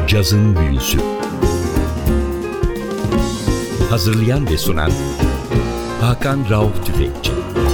Cazın Büyüsü. Hazırlayan ve sunan Hakan Rauf Tüfekçi.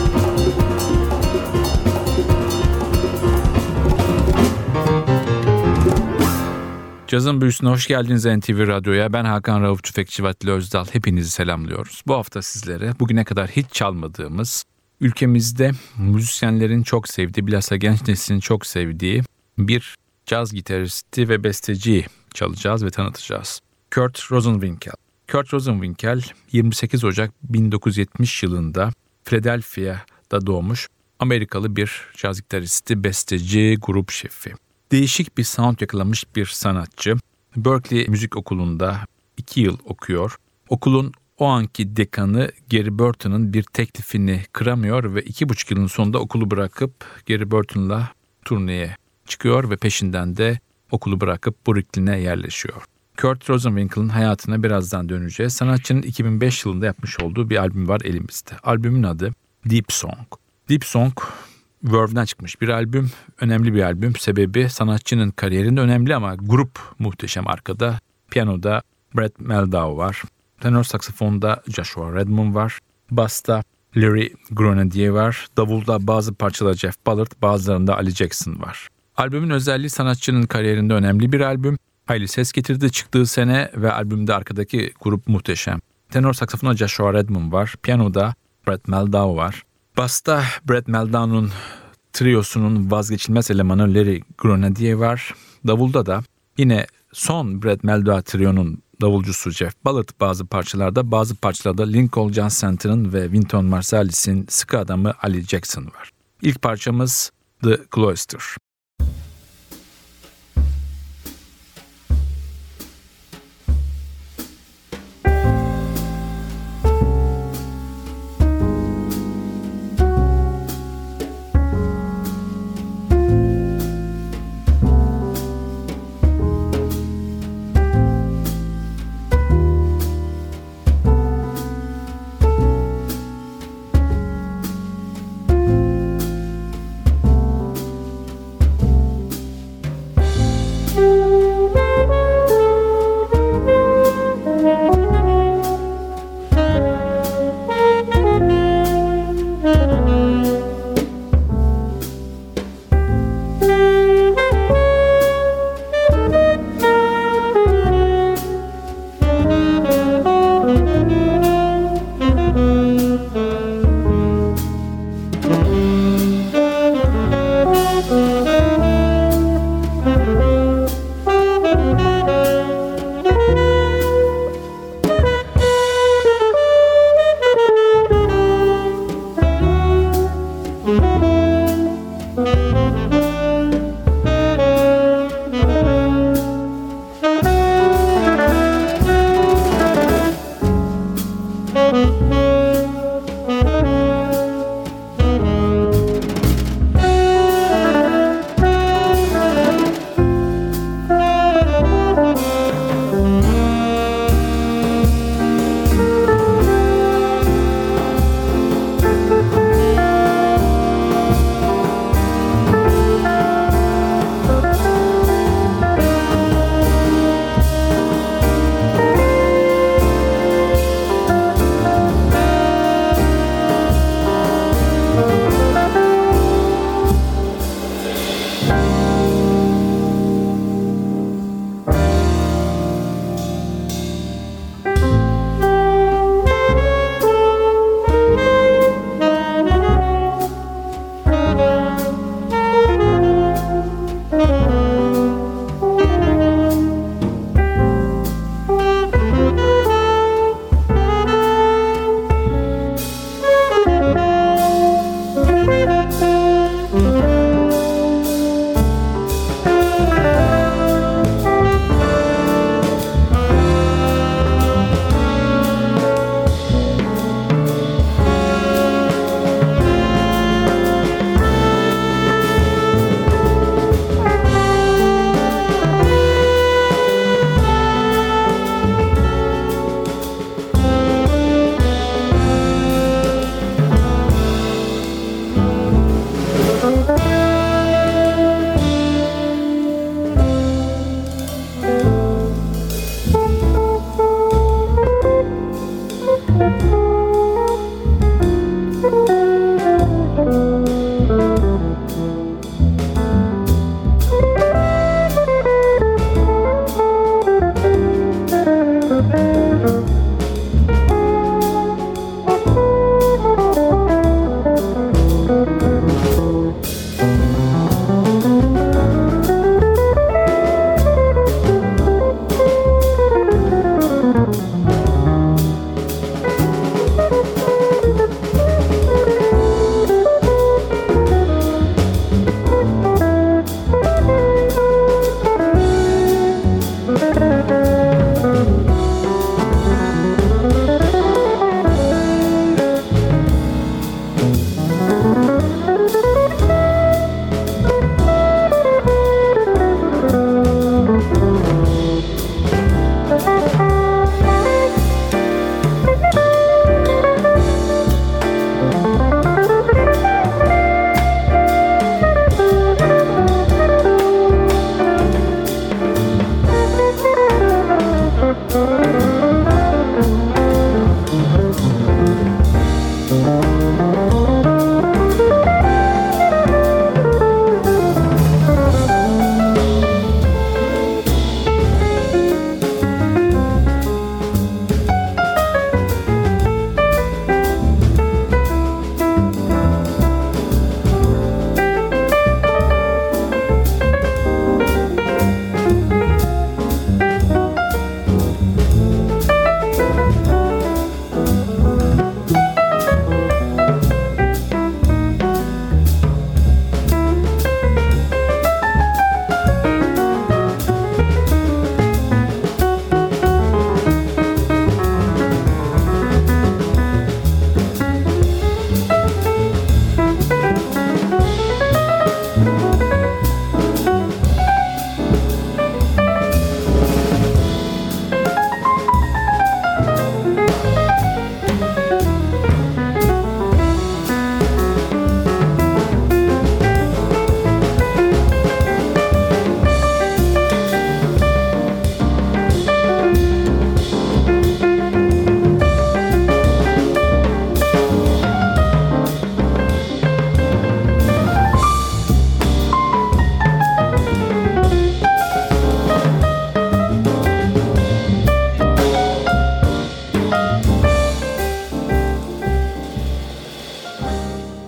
Cazın Büyüsü'ne hoş geldiniz NTV Radyo'ya. Ben Hakan Rauf Tüfekçi ve Atilla Özdal. Hepinizi selamlıyoruz. Bu hafta sizlere bugüne kadar hiç çalmadığımız, ülkemizde müzisyenlerin çok sevdiği, bilhassa genç neslin çok sevdiği bir caz gitaristi ve besteciyi çalacağız ve tanıtacağız. Kurt Rosenwinkel. Kurt Rosenwinkel 28 Ocak 1970 yılında Philadelphia'da doğmuş Amerikalı bir caz gitaristi, besteci, grup şefi. Değişik bir sound yakalamış bir sanatçı. Berklee Müzik Okulu'nda 2 yıl okuyor. Okulun o anki dekanı Gary Burton'un bir teklifini kıramıyor ve 2,5 yılın sonunda okulu bırakıp Gary Burton'la turneye çıkıyor ve peşinden de okulu bırakıp Brooklyn'e yerleşiyor. Kurt Rosenwinkel'ın hayatına birazdan döneceğiz. Sanatçının 2005 yılında yapmış olduğu bir albüm var elimizde. Albümün adı Deep Song. Deep Song, Verve'den çıkmış bir albüm. Önemli bir albüm. Sebebi sanatçının kariyerinde önemli ama grup muhteşem arkada. Piyanoda Brett Meldau var. Tenor saksafonda Joshua Redman var. Basta Larry Grenadier var. Davulda bazı parçalar Jeff Ballard, bazılarında Ali Jackson var. Albümün özelliği sanatçının kariyerinde önemli bir albüm. Hayli ses getirdi çıktığı sene ve albümde arkadaki grup muhteşem. Tenor saksafonda Joshua Redman var. Piyanoda Brett Meldau var. Basta Brett Meldau'nun triosunun vazgeçilmez elemanı Larry Grenadier var. Davulda da yine son Brett Meldau trionun davulcusu Jeff Ballard bazı parçalarda Lincoln Jazz Center'ın ve Wynton Marsalis'in sıkı adamı Ali Jackson var. İlk parçamız The Cloister.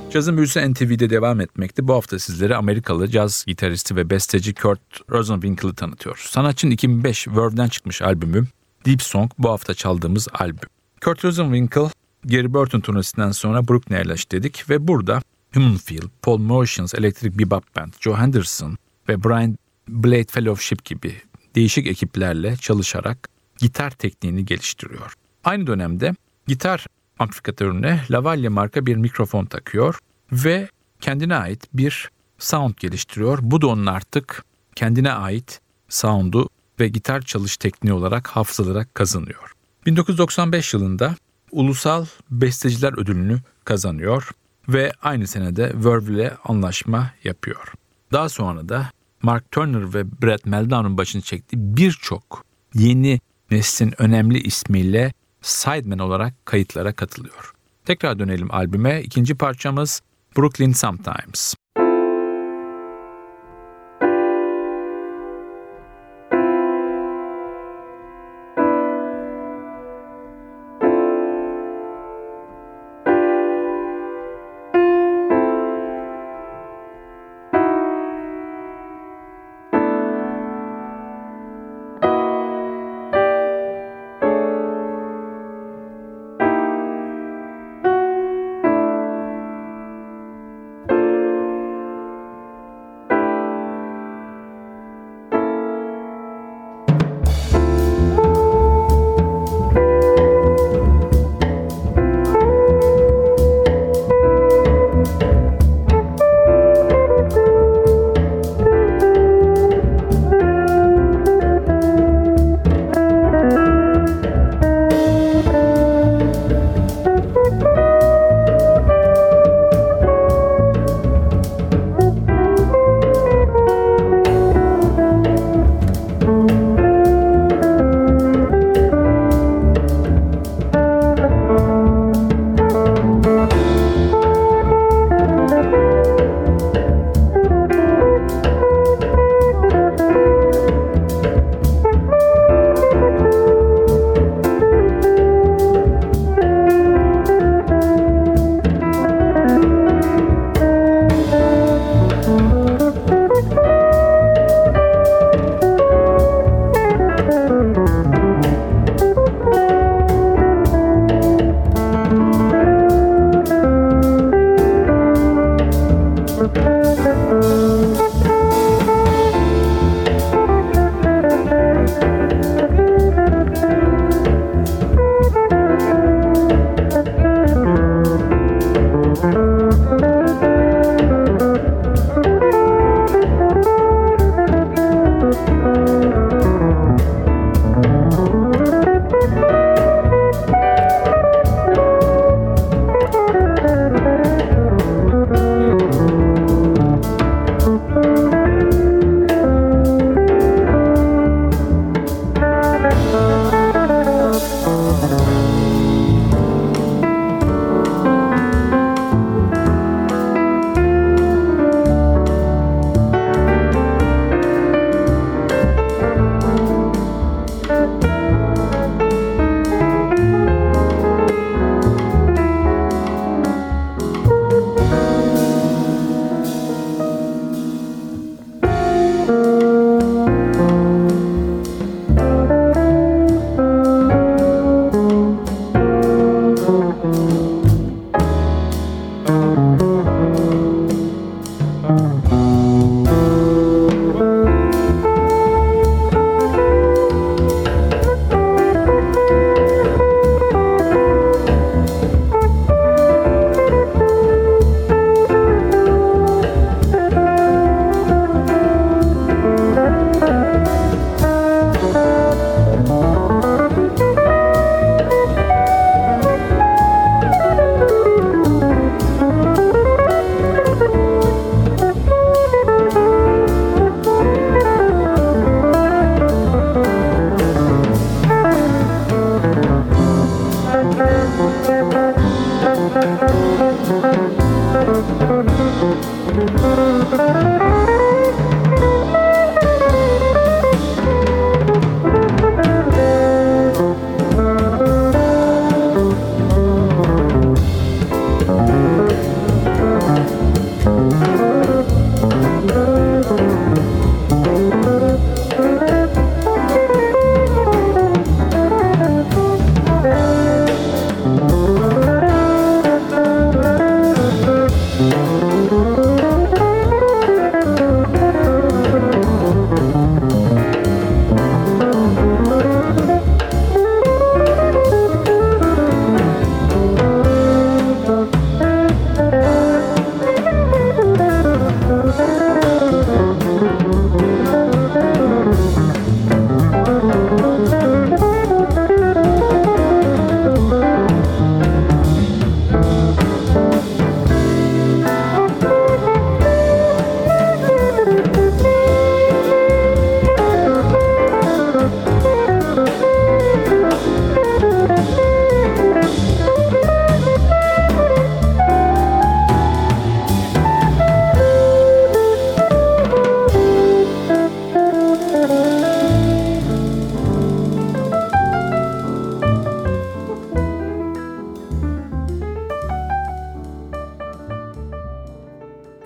Cazın Büyüsü NTV'de devam etmekte. Bu hafta sizlere Amerikalı caz gitaristi ve besteci Kurt Rosenwinkel'ı tanıtıyoruz. Sanatçının 2005 Verve'den çıkmış albümü Deep Song bu hafta çaldığımız albüm. Kurt Rosenwinkel, Gary Burton turnesinden sonra Brooklyn'e yerleştirdik ve burada Human Field, Paul Motions, Electric Bebop Band, Joe Henderson ve Brian Blade Fellowship gibi değişik ekiplerle çalışarak gitar tekniğini geliştiriyor. Aynı dönemde gitar amplifikatörüne Lavalier marka bir mikrofon takıyor ve kendine ait bir sound geliştiriyor. Bu da onun artık kendine ait sound'u ve gitar çalış tekniği olarak hafızalara kazanıyor. 1995 yılında Ulusal Besteciler Ödülünü kazanıyor ve aynı senede Verve ile anlaşma yapıyor. Daha sonra da Mark Turner ve Brad Meldau'nun başını çektiği birçok yeni neslin önemli ismiyle sideman olarak kayıtlara katılıyor. Tekrar dönelim albüme. İkinci parçamız Brooklyn Sometimes.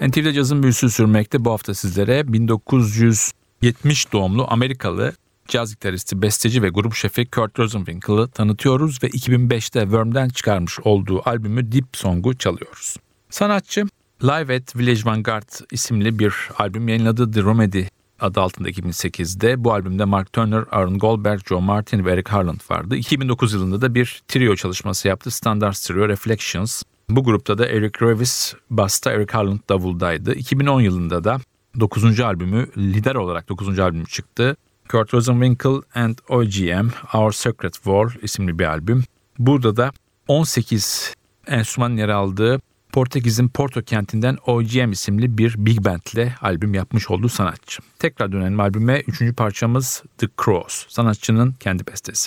NTV'de cazın büyüsü sürmekte. Bu hafta sizlere 1970 doğumlu Amerikalı caz gitaristi, besteci ve grup şefi Kurt Rosenwinkel'ı tanıtıyoruz ve 2005'te Worm'den çıkarmış olduğu albümü Deep Song'u çalıyoruz. Sanatçı Live at Village Vanguard isimli bir albüm yayınladı. The Remedy adı altında 2008'de. Bu albümde Mark Turner, Aaron Goldberg, Joe Martin ve Eric Harland vardı. 2009 yılında da bir trio çalışması yaptı. Standard Trio Reflections. Bu grupta da Eric Revis basta, Eric Harland davuldaydı. 2010 yılında da 9. albümü, lider olarak 9. albümü çıktı. Kurt Rosenwinkel and OGM Our Secret War isimli bir albüm. Burada da 18 enstrüman yer aldığı Portekiz'in Porto kentinden OGM isimli bir big band ile albüm yapmış olduğu sanatçı. Tekrar dönelim albüme. 3. parçamız The Crows. Sanatçının kendi bestesi.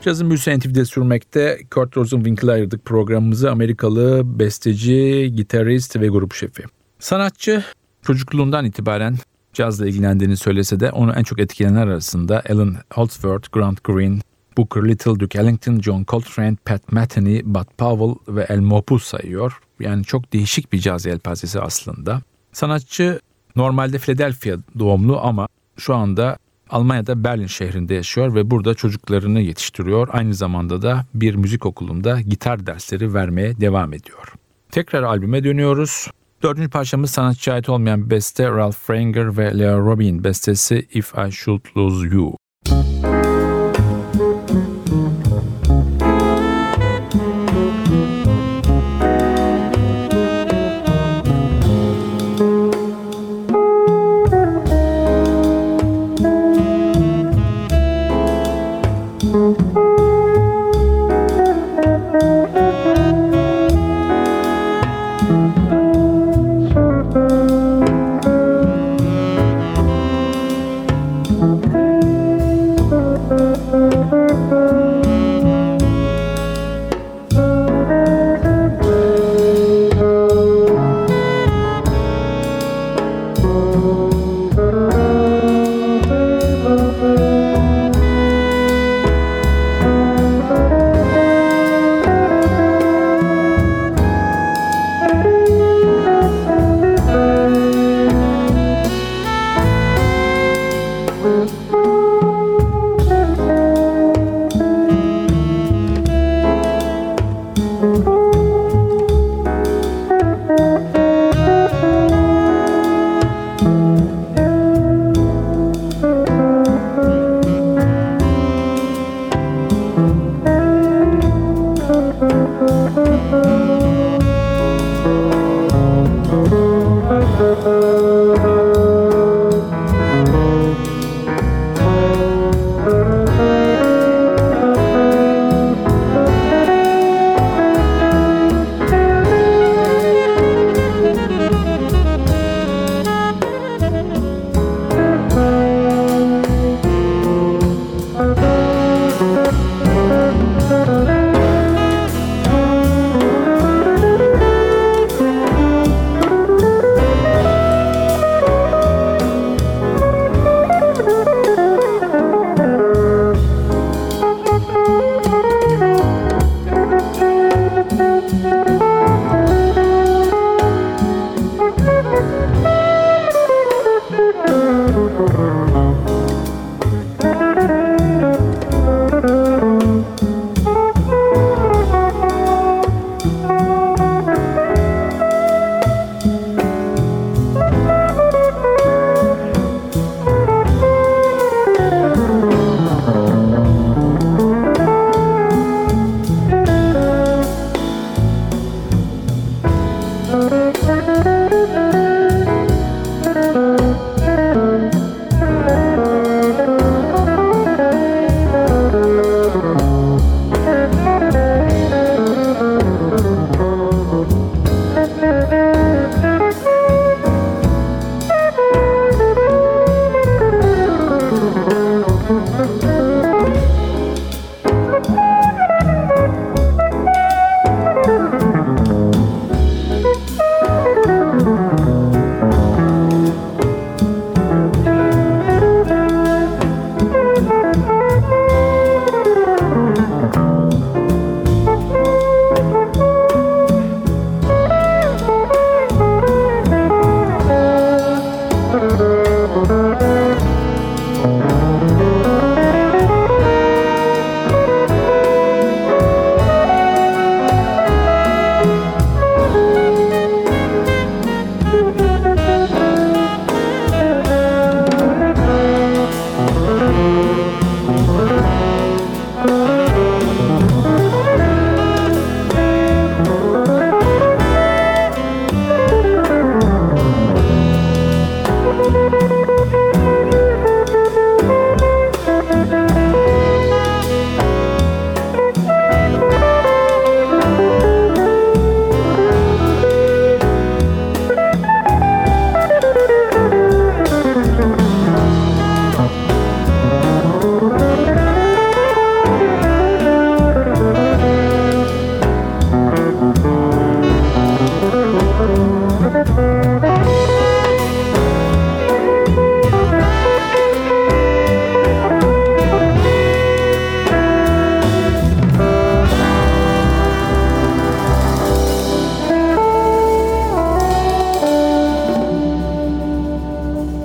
Cazın büyüsü NTV'de sürmekte. Kurt Rosenwinkel'e ayırdık programımızı. Amerikalı besteci, gitarist ve grup şefi. Sanatçı çocukluğundan itibaren cazla ilgilendiğini söylese de onu en çok etkilenenler arasında Alan Holdsworth, Grant Green, Booker Little, Duke Ellington, John Coltrane, Pat Metheny, Bud Powell ve El Mopuz sayıyor. Yani çok değişik bir caz yelpazesi aslında. Sanatçı normalde Philadelphia doğumlu ama şu anda Almanya'da Berlin şehrinde yaşıyor ve burada çocuklarını yetiştiriyor. Aynı zamanda da bir müzik okulunda gitar dersleri vermeye devam ediyor. Tekrar albüme dönüyoruz. Dördüncü parçamız sanatçıya ait olmayan bir beste, Ralph Franger ve Leo Robin bestesi If I Should Lose You.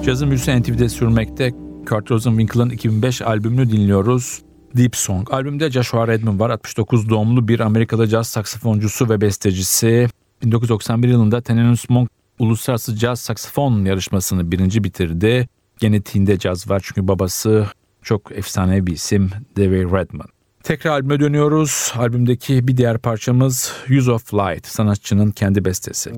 Cazın büyüsü NTV'de sürmekte. Kurt Rosenwinkel'ın 2005 albümünü dinliyoruz. Deep Song. Albümde Joshua Redman var. 69 doğumlu bir Amerikalı caz saksafoncusu ve bestecisi. 1991 yılında Thelonious Monk Uluslararası Caz Saksafon yarışmasını birinci bitirdi. Genetiğinde caz var çünkü babası çok efsane bir isim, Davey Redman. Tekrar albüme dönüyoruz. Albümdeki bir diğer parçamız Use of Light, sanatçının kendi bestesi.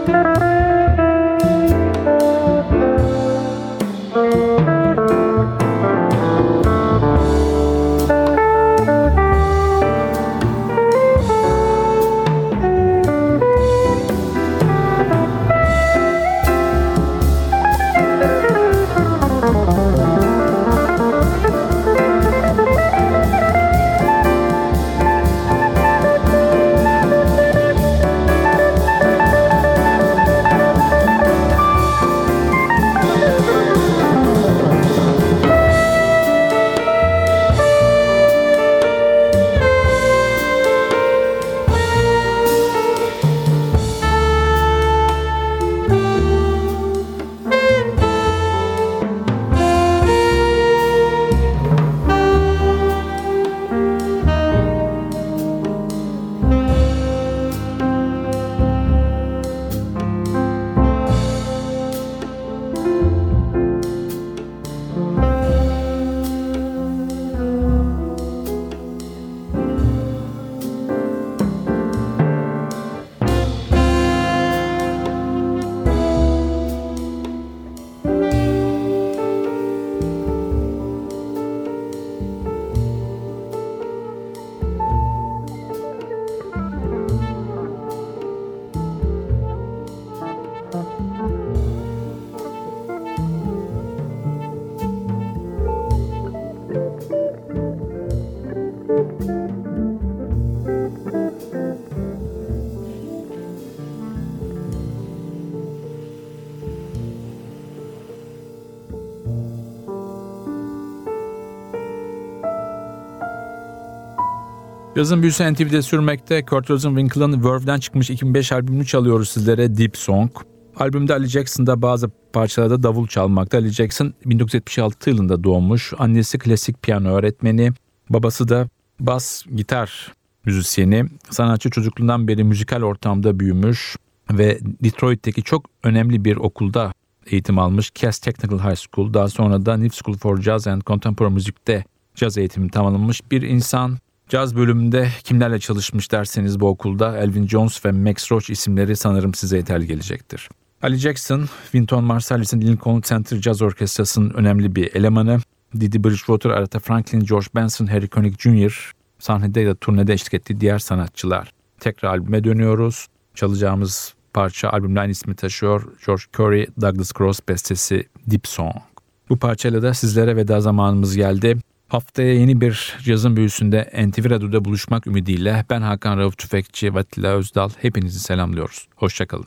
Cazın büyüsü NTV'de sürmekte. Kurt Rosenwinkel'ın Verve'den çıkmış 2005 albümünü çalıyoruz sizlere, Deep Song. Albümde Ali Jackson da bazı parçalarda davul çalmakta. Ali Jackson 1976 yılında doğmuş. Annesi klasik piyano öğretmeni, babası da bas gitar müzisyeni. Sanatçı çocukluğundan beri müzikal ortamda büyümüş ve Detroit'teki çok önemli bir okulda eğitim almış. Cass Technical High School. Daha sonra da New School for Jazz and Contemporary Music'te caz eğitimi tamamlamış bir insan. Caz bölümünde kimlerle çalışmış derseniz bu okulda Elvin Jones ve Max Roach isimleri sanırım size yeterli gelecektir. Ali Jackson, Wynton Marsalis'in Lincoln Center Jazz Orkestrası'nın önemli bir elemanı. Didi Bridgewater, Aretha Franklin, George Benson, Harry Connick Jr. sahnede ya da turnede eşlik ettiği diğer sanatçılar. Tekrar albüme dönüyoruz. Çalacağımız parça albümle aynı ismi taşıyor. George Curry, Douglas Cross bestesi Deep Song. Bu parçayla da sizlere veda zamanımız geldi. Haftaya yeni bir cazın büyüsünde NTV Radyo'da buluşmak ümidiyle ben Hakan Rauf Tüfekçi ve Atilla Özdal hepinizi selamlıyoruz. Hoşçakalın.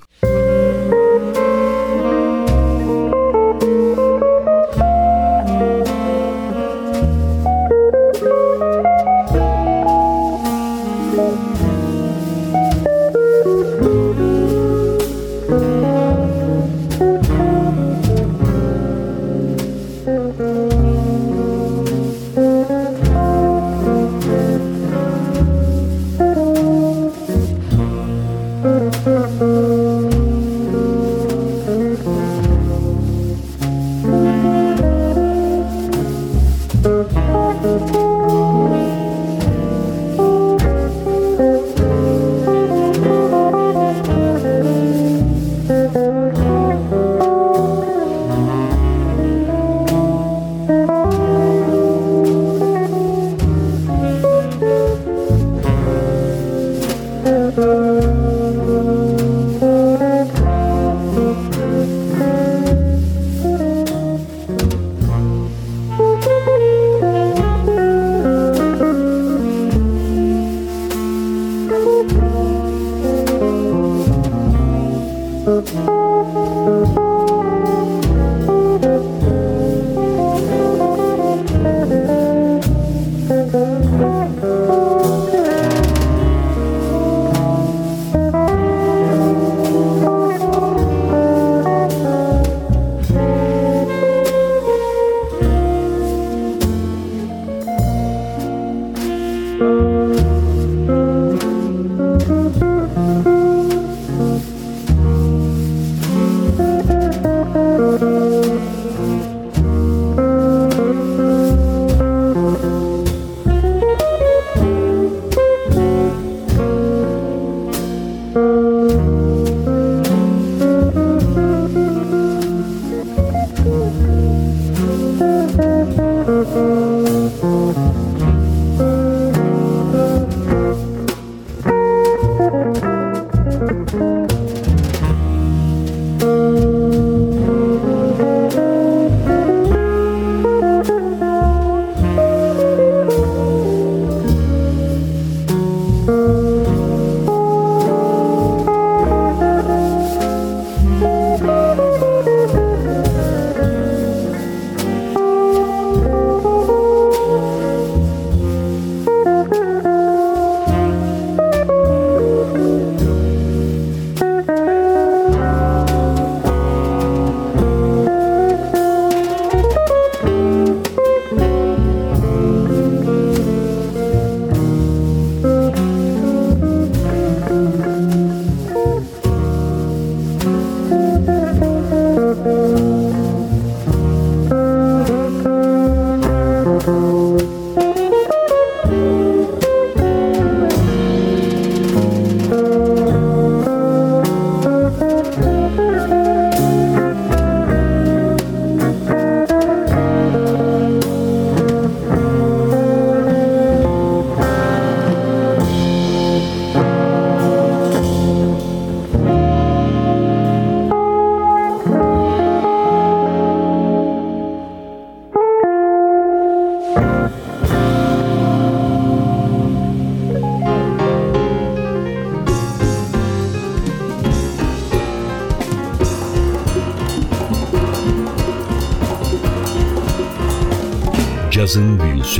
Cazın Büyüsü.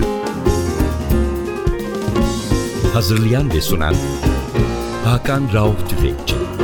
Hazırlayan ve sunan Hakan Rauf Tüfekçi.